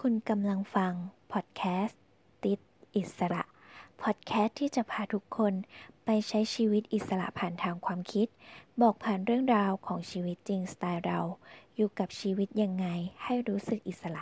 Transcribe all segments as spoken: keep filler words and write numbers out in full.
คุณกำลังฟังพอดแคสต์ติดอิสระพอดแคสต์ที่จะพาทุกคนไปใช้ชีวิตอิสระผ่านทางความคิดบอกผ่านเรื่องราวของชีวิตจริงสไตล์เราอยู่กับชีวิตยังไงให้รู้สึกอิสระ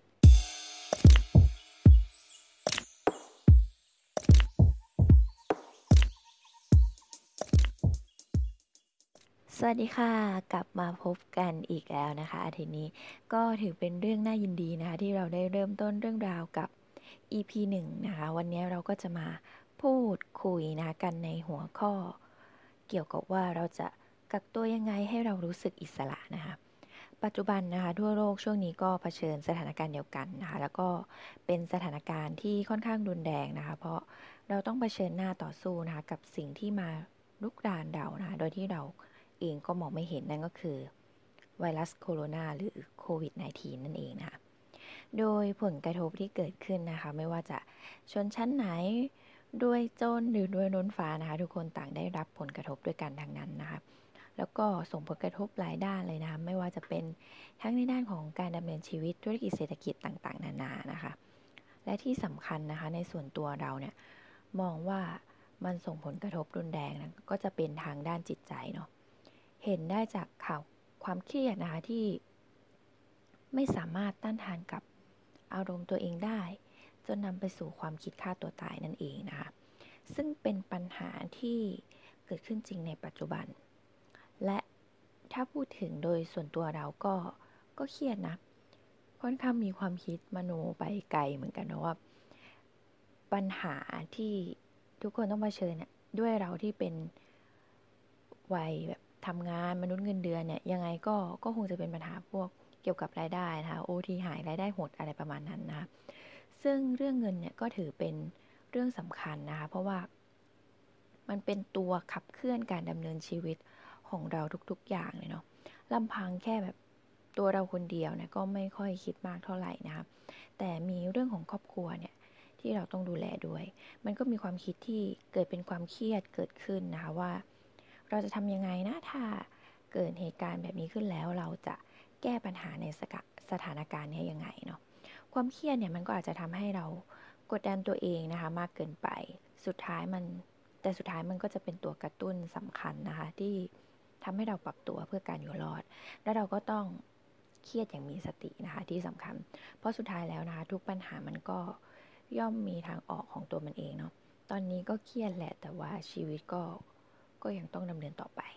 สวัสดีค่ะกลับมาพบกันอีกแล้วนะคะอาทิตย์นี้ก็ถือเป็นเรื่องน่ายินดีนะคะที่เราได้เริ่มต้นเรื่องราวกับ อี พี หนึ่งนะคะวันนี้เราก็จะมาพูดคุยนะกันในหัวข้อเกี่ยวกับว่าเราจะกักตัวยังไงให้เรารู้สึกอิสระนะคะปัจจุบันนะคะทั่วโลกช่วงนี้ก็เผชิญสถานการณ์เดียวกันนะคะแล้วก็เป็นสถานการณ์ที่ค่อนข้างรุนแรงนะคะเพราะเราต้องเผชิญหน้าต่อสู้นะคะกับสิ่งที่มาลุกรานเรานะคะโดยที่เราเองก็มองไม่เห็นนั่นก็คือไวรัสโคโรนาหรือโควิด สิบเก้า นั่นเองนะคะโดยผลกระทบที่เกิดขึ้นนะคะไม่ว่าจะชนชั้นไหนด้วยจนหรือด้วยล้นฟ้านะคะทุกคนต่างได้รับผลกระทบด้วยกันทั้งนั้นนะคะแล้วก็ส่งผลกระทบหลายด้านเลยนะคะไม่ว่าจะเป็นทั้งในด้านของการดำเนินชีวิตธุรกิจเศรษฐกิจต่างๆนานานะคะและที่สำคัญนะคะในส่วนตัวเราเนี่ยมองว่ามันส่งผลกระทบรุนแรงนะก็จะเป็นทางด้านจิตใจเนาะเห็นได้จากข่าวความเครียดนะคะที่ไม่สามารถต้านทานกับอารมณ์ตัวเองได้จนนำไปสู่ความคิดฆ่าตัวตายนั่นเองนะคะซึ่งเป็นปัญหาที่เกิดขึ้นจริงในปัจจุบันและถ้าพูดถึงโดยส่วนตัวเราก็ก็เครียดนะค่อนข้างมีความคิดมโนไปไกลเหมือนกันนะว่าปัญหาที่ทุกคนต้องเผชิญเนี่ยด้วยเราที่เป็นวัยแบบทำงานมนุษย์เงินเดือนเนี่ยยังไงก็ก็คงจะเป็นปัญหาพวกเกี่ยวกับรายได้นะคะ โอ ที หายรายได้หดอะไรประมาณนั้นนะคะซึ่งเรื่องเงินเนี่ยก็ถือเป็นเรื่องสำคัญนะคะเพราะว่ามันเป็นตัวขับเคลื่อนการดำเนินชีวิตของเราทุกๆอย่างเลยเนาะลำพังแค่แบบตัวเราคนเดียวเนี่ยก็ไม่ค่อยคิดมากเท่าไหร่นะคะแต่มีเรื่องของครอบครัวเนี่ยที่เราต้องดูแลด้วยมันก็มีความคิดที่เกิดเป็นความเครียดเกิดขึ้นนะคะว่าเราจะทำยังไงนะถ้าเกิดเหตุการณ์แบบนี้ขึ้นแล้วเราจะแก้ปัญหาในสถานการณ์นี้ยังไงเนาะความเครียดเนี่ยมันก็อาจจะทำให้เรากดดันตัวเองนะคะมากเกินไปสุดท้ายมันแต่สุดท้ายมันก็จะเป็นตัวกระตุ้นสำคัญนะคะที่ทำให้เราปรับตัวเพื่อการอยู่รอดและเราก็ต้องเครียดอย่างมีสตินะคะที่สำคัญเพราะสุดท้ายแล้วนะคะทุกปัญหามันก็ย่อมมีทางออกของตัวมันเองเนาะตอนนี้ก็เครียดแหละแต่ว่าชีวิตก็ก็ยังต้องดำเนินต่อไป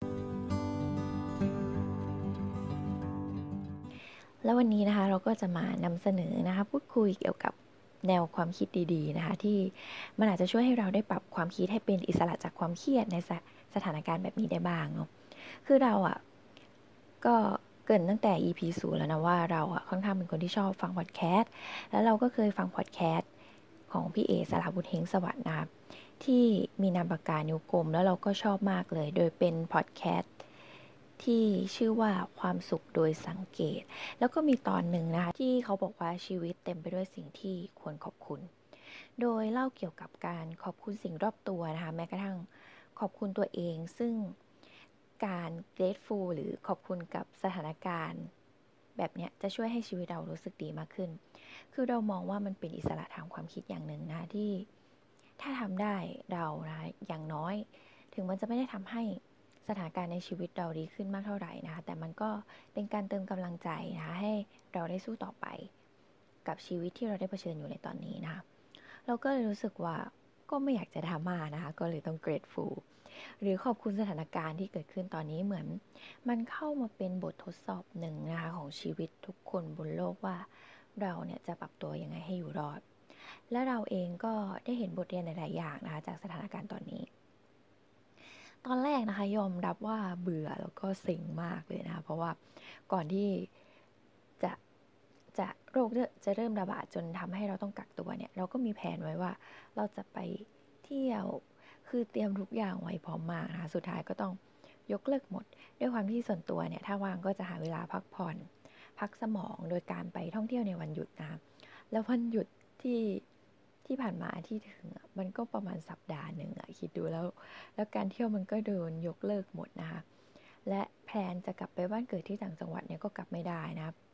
แล้ววันนี้นะคะเราก็จะมานำเสนอนะคะพูดคุยเกี่ยวกับแนวความคิดดีๆนะคะที่มันอาจจะช่วยให้เราได้ปรับความคิดให้เป็นอิสระจากความเครียดในสสถานการณ์แบบนี้ได้บ้างเนาะคือเราอ่ะก็เกริ่นตั้งแต่ อี พี ศูนย์แล้วนะว่าเราอ่ะค่อนข้างเป็นคนที่ชอบฟังพอดแคสต์แล้วเราก็เคยฟังพอดแคสต์ของพี่เอสราวุธเฮงสวัสดิ์นะคะที่มีนามปากกานิ้วกลมแล้วเราก็ชอบมากเลยโดยเป็นพอดแคสต์ที่ชื่อว่าความสุขโดยสังเกตแล้วก็มีตอนหนึ่งนะคะที่เขาบอกว่าชีวิตเต็มไปด้วยสิ่งที่ควรขอบคุณโดยเล่าเกี่ยวกับการขอบคุณสิ่งรอบตัวนะคะแม้กระทั่งขอบคุณตัวเองซึ่งการ grateful หรือขอบคุณกับสถานการณ์แบบนี้จะช่วยให้ชีวิตเรารู้สึกดีมากขึ้นคือเรามองว่ามันเป็นอิสระทางความคิดอย่างหนึ่งนะที่ถ้าทำได้เรานะอย่างน้อยถึงมันจะไม่ได้ทำให้สถานการณ์ในชีวิตเราดีขึ้นมากเท่าไหร่นะคะแต่มันก็เป็นการเติมกำลังใจนะคะให้เราได้สู้ต่อไปกับชีวิตที่เราได้เผชิญอยู่ในตอนนี้นะคะเราก็เลยรู้สึกว่าก็ไม่อยากจะดราม่านะคะก็เลยต้อง grateful หรือขอบคุณสถานการณ์ที่เกิดขึ้นตอนนี้เหมือนมันเข้ามาเป็นบททดสอบหนึ่งนะคะของชีวิตทุกคนบนโลกว่าเราเนี่ยจะปรับตัวยังไงให้อยู่รอดและเราเองก็ได้เห็นบทเรียนหลายๆอย่างนะคะจากสถานการณ์ตอนนี้ตอนแรกนะคะยอมรับว่าเบื่อแล้วก็เซ็งมากเลยนะคะเพราะว่าก่อนที่จะจะโรคจะเริ่มระบาดจนทำให้เราต้องกักตัวเนี่ยเราก็มีแผนไว้ว่าเราจะไปเที่ยวคือเตรียมทุกอย่างไว้พร้อมมากนะคะสุดท้ายก็ต้องยกเลิกหมดด้วยความที่ส่วนตัวเนี่ยถ้าว่างก็จะหาเวลาพักผ่อนพักสมองโดยการไปท่องเที่ยวในวันหยุดนะคะแล้ววันหยุดที่ที่ผ่านมาที่ถึงมันก็ประมาณสัปดาห์หนึ่งอะคิดดูแล้วแล้วการเที่ยวมันก็โดนยกเลิกหมดนะคะและแพลนจะกลับไปบ้านเกิดที่ต่างจังหวัดเนี่ยก็กลับไม่ได้นะ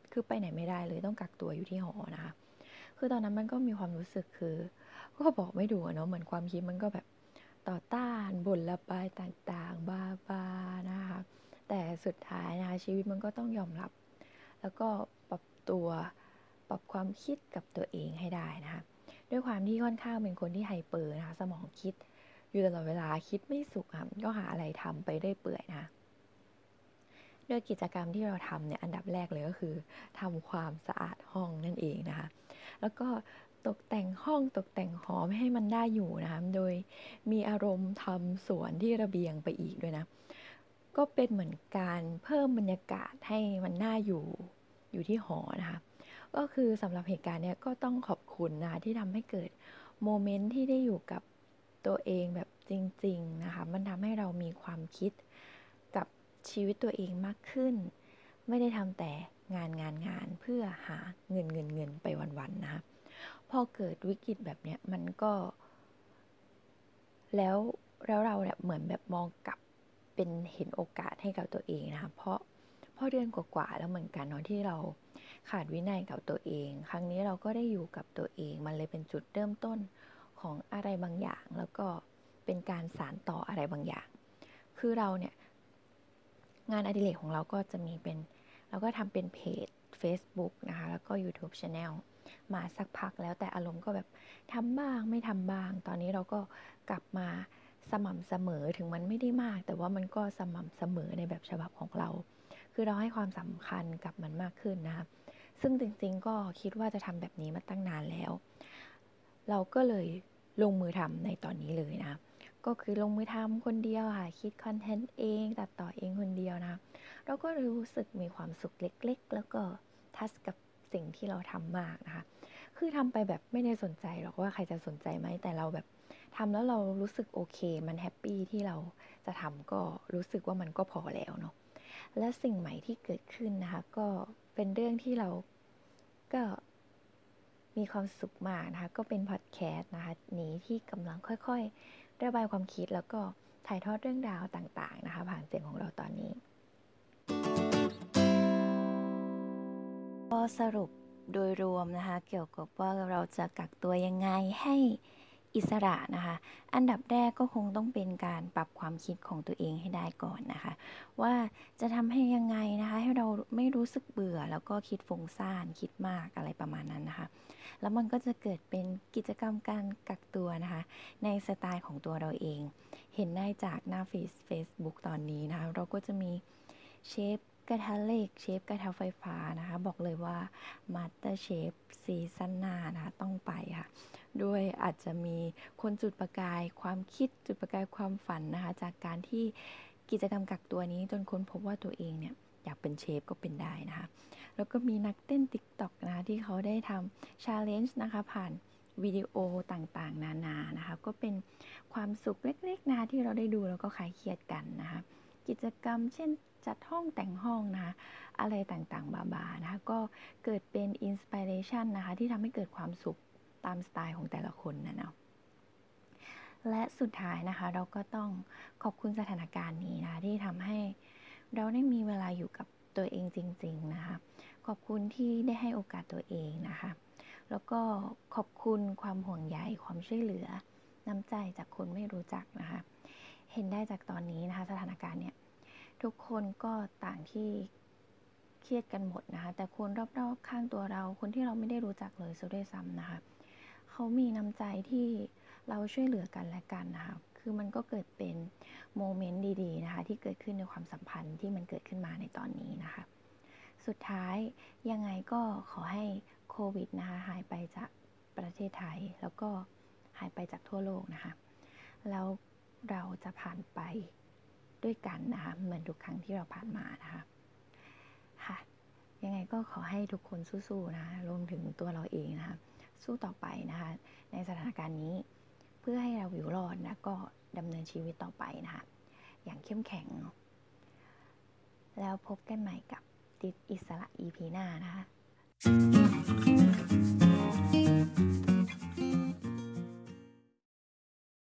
คือไปไหนไม่ได้เลยต้องกักตัวอยู่ที่หอนะคะคือตอนนั้นมันก็มีความรู้สึกคือก็บอกไม่ถูกเนาะเหมือนความคิดมันก็แบบต่อต้านบ่นระบายต่างๆบ้าๆนะคะแต่สุดท้ายนะคะชีวิตมันก็ต้องยอมรับแล้วก็ปรับตัวปรับความคิดกับตัวเองให้ได้นะคะด้วยความที่ค่อนข้างเป็นคนที่ไฮเปอร์นะคะสมองคิดอยู่ตลอดเวลาคิดไม่สุขค่ะก็หาอะไรทำไปได้เปื่อยนะคะโดยกิจกรรมที่เราทำเนี่ยอันดับแรกเลยก็คือทำความสะอาดห้องนั่นเองนะคะแล้วก็ตกแต่งห้องตกแต่งหอให้มันได้อยู่นะคะโดยมีอารมณ์ทำสวนที่ระเบียงไปอีกด้วยนะก็เป็นเหมือนการเพิ่มบรรยากาศให้มันน่าอยู่อยู่ที่หอนะคะก็คือสำหรับเหตุการณ์เนี้ยก็ต้องขอบคุณนะคะที่ทำให้เกิดโมเมนต์ที่ได้อยู่กับตัวเองแบบจริงๆนะคะมันทำให้เรามีความคิดกับชีวิตตัวเองมากขึ้นไม่ได้ทำแต่งานงานงานเพื่อหาเงินเงินเงินไปวันๆนะคะพอเกิดวิกฤตแบบเนี้ยมันก็แล้วแล้วเราเนี่ยเหมือนแบบมองกลับเป็นเห็นโอกาสให้กับตัวเองนะคะเพราะพอเดือนกว่าๆแล้วเหมือนกันเนาะที่เราขาดวินัยกับตัวเองครั้งนี้เราก็ได้อยู่กับตัวเองมันเลยเป็นจุดเริ่มต้นของอะไรบางอย่างแล้วก็เป็นการสานต่ออะไรบางอย่างคือเราเนี่ยงานอดิเรกของเราก็จะมีเป็นเราก็ทำเป็นเพจ Facebook นะคะแล้วก็ YouTube Channel มาสักพักแล้วแต่อารมณ์ก็แบบทำบ้างไม่ทำบ้างตอนนี้เราก็กลับมาสม่ำเสมอถึงมันไม่ได้มากแต่ว่ามันก็สม่ำเสมอในแบบฉบับของเราคือเราให้ความสำคัญกับมันมากขึ้นนะคะซึ่งจริงๆก็คิดว่าจะทำแบบนี้มาตั้งนานแล้วเราก็เลยลงมือทำในตอนนี้เลยนะก็คือลงมือทำคนเดียวค่ะคิดคอนเทนต์เองตัดต่อเองคนเดียวนะเราก็รู้สึกมีความสุขเล็กๆแล้วก็ทัชกับสิ่งที่เราทำมากนะคะคือทำไปแบบไม่ได้สนใจหรอกว่าใครจะสนใจไหมแต่เราแบบทำแล้วเรารู้สึกโอเคมันแฮปปี้ที่เราจะทำก็รู้สึกว่ามันก็พอแล้วเนาะและสิ่งใหม่ที่เกิดขึ้นนะคะก็เป็นเรื่องที่เราก็มีความสุขมากนะคะก็เป็นพอดแคสต์นะคะนี้ที่กำลังค่อยๆระบายความคิดแล้วก็ถ่ายทอดเรื่องราวต่างๆนะคะผ่านเสียงของเราตอนนี้ก็สรุปโดยรวมนะคะเกี่ยวกับว่าเราจะกักตัวยังไงให้อิสระนะคะอันดับแรกก็คงต้องเป็นการปรับความคิดของตัวเองให้ได้ก่อนนะคะว่าจะทำให้ยังไงนะคะให้เราไม่รู้สึกเบื่อแล้วก็คิดฟุ้งซ่านคิดมากอะไรประมาณนั้นนะคะแล้วมันก็จะเกิดเป็นกิจกรรมการกักตัวนะคะในสไตล์ของตัวเราเองเห็นได้จากหน้าฟีด Facebook ตอนนี้นะคะเราก็จะมีเชฟกระทะเหล็กเชฟกระทะไฟฟ้านะคะบอกเลยว่า MasterChef ซีซั่นหน้านะคะต้องไปค่ะด้วยอาจจะมีคนจุดประกายความคิดจุดประกายความฝันนะคะจากการที่กิจกรรมกักตัวนี้จนค้นพบว่าตัวเองเนี่ยอยากเป็นเชฟก็เป็นได้นะคะแล้วก็มีนักเต้น TikTok นะคะที่เขาได้ทำ Challenge นะคะผ่านวิดีโอต่างๆนานานะคะก็เป็นความสุขเล็กๆนะคะที่เราได้ดูแล้วก็คลายเครียดกันนะคะกิจกรรมเช่นจัดห้องแต่งห้องนะคะอะไรต่างๆบาๆนะคะก็เกิดเป็นอินสปิเรชันนะคะที่ทำให้เกิดความสุขตามสไตล์ของแต่ละคนนะเนาะและสุดท้ายนะคะเราก็ต้องขอบคุณสถานการณ์นี้นะที่ทำให้เราได้มีเวลาอยู่กับตัวเองจริงๆนะคะขอบคุณที่ได้ให้โอกาสตัวเองนะคะแล้วก็ขอบคุณความห่วงใยความช่วยเหลือน้ำใจจากคนไม่รู้จักนะคะเห็นได้จากตอนนี้นะคะสถานการณ์เนี่ยทุกคนก็ต่างที่เครียดกันหมดนะคะแต่คนรอบๆข้างตัวเราคนที่เราไม่ได้รู้จักเลยซะด้วยซ้ำนะคะเขามีน้ำใจที่เราช่วยเหลือกันและกันนะคะคือมันก็เกิดเป็นโมเมนต์ดีๆนะคะที่เกิดขึ้นในความสัมพันธ์ที่มันเกิดขึ้นมาในตอนนี้นะคะสุดท้ายยังไงก็ขอให้โควิดนะคะหายไปจากประเทศไทยแล้วก็หายไปจากทั่วโลกนะคะแล้วเราจะผ่านไปด้วยกันนะคะเหมือนทุกครั้งที่เราผ่านมานะคะค่ะยังไงก็ขอให้ทุกคนสู้ๆนะคะรวมถึงตัวเราเองนะคะสู้ต่อไปนะคะในสถานการณ์นี้เพื่อให้เราอยู่รอดนะก็ดำเนินชีวิตต่อไปนะคะอย่างเข้มแข็งแล้วพบกันใหม่กับติดอิสระ อี พี หน้านะคะ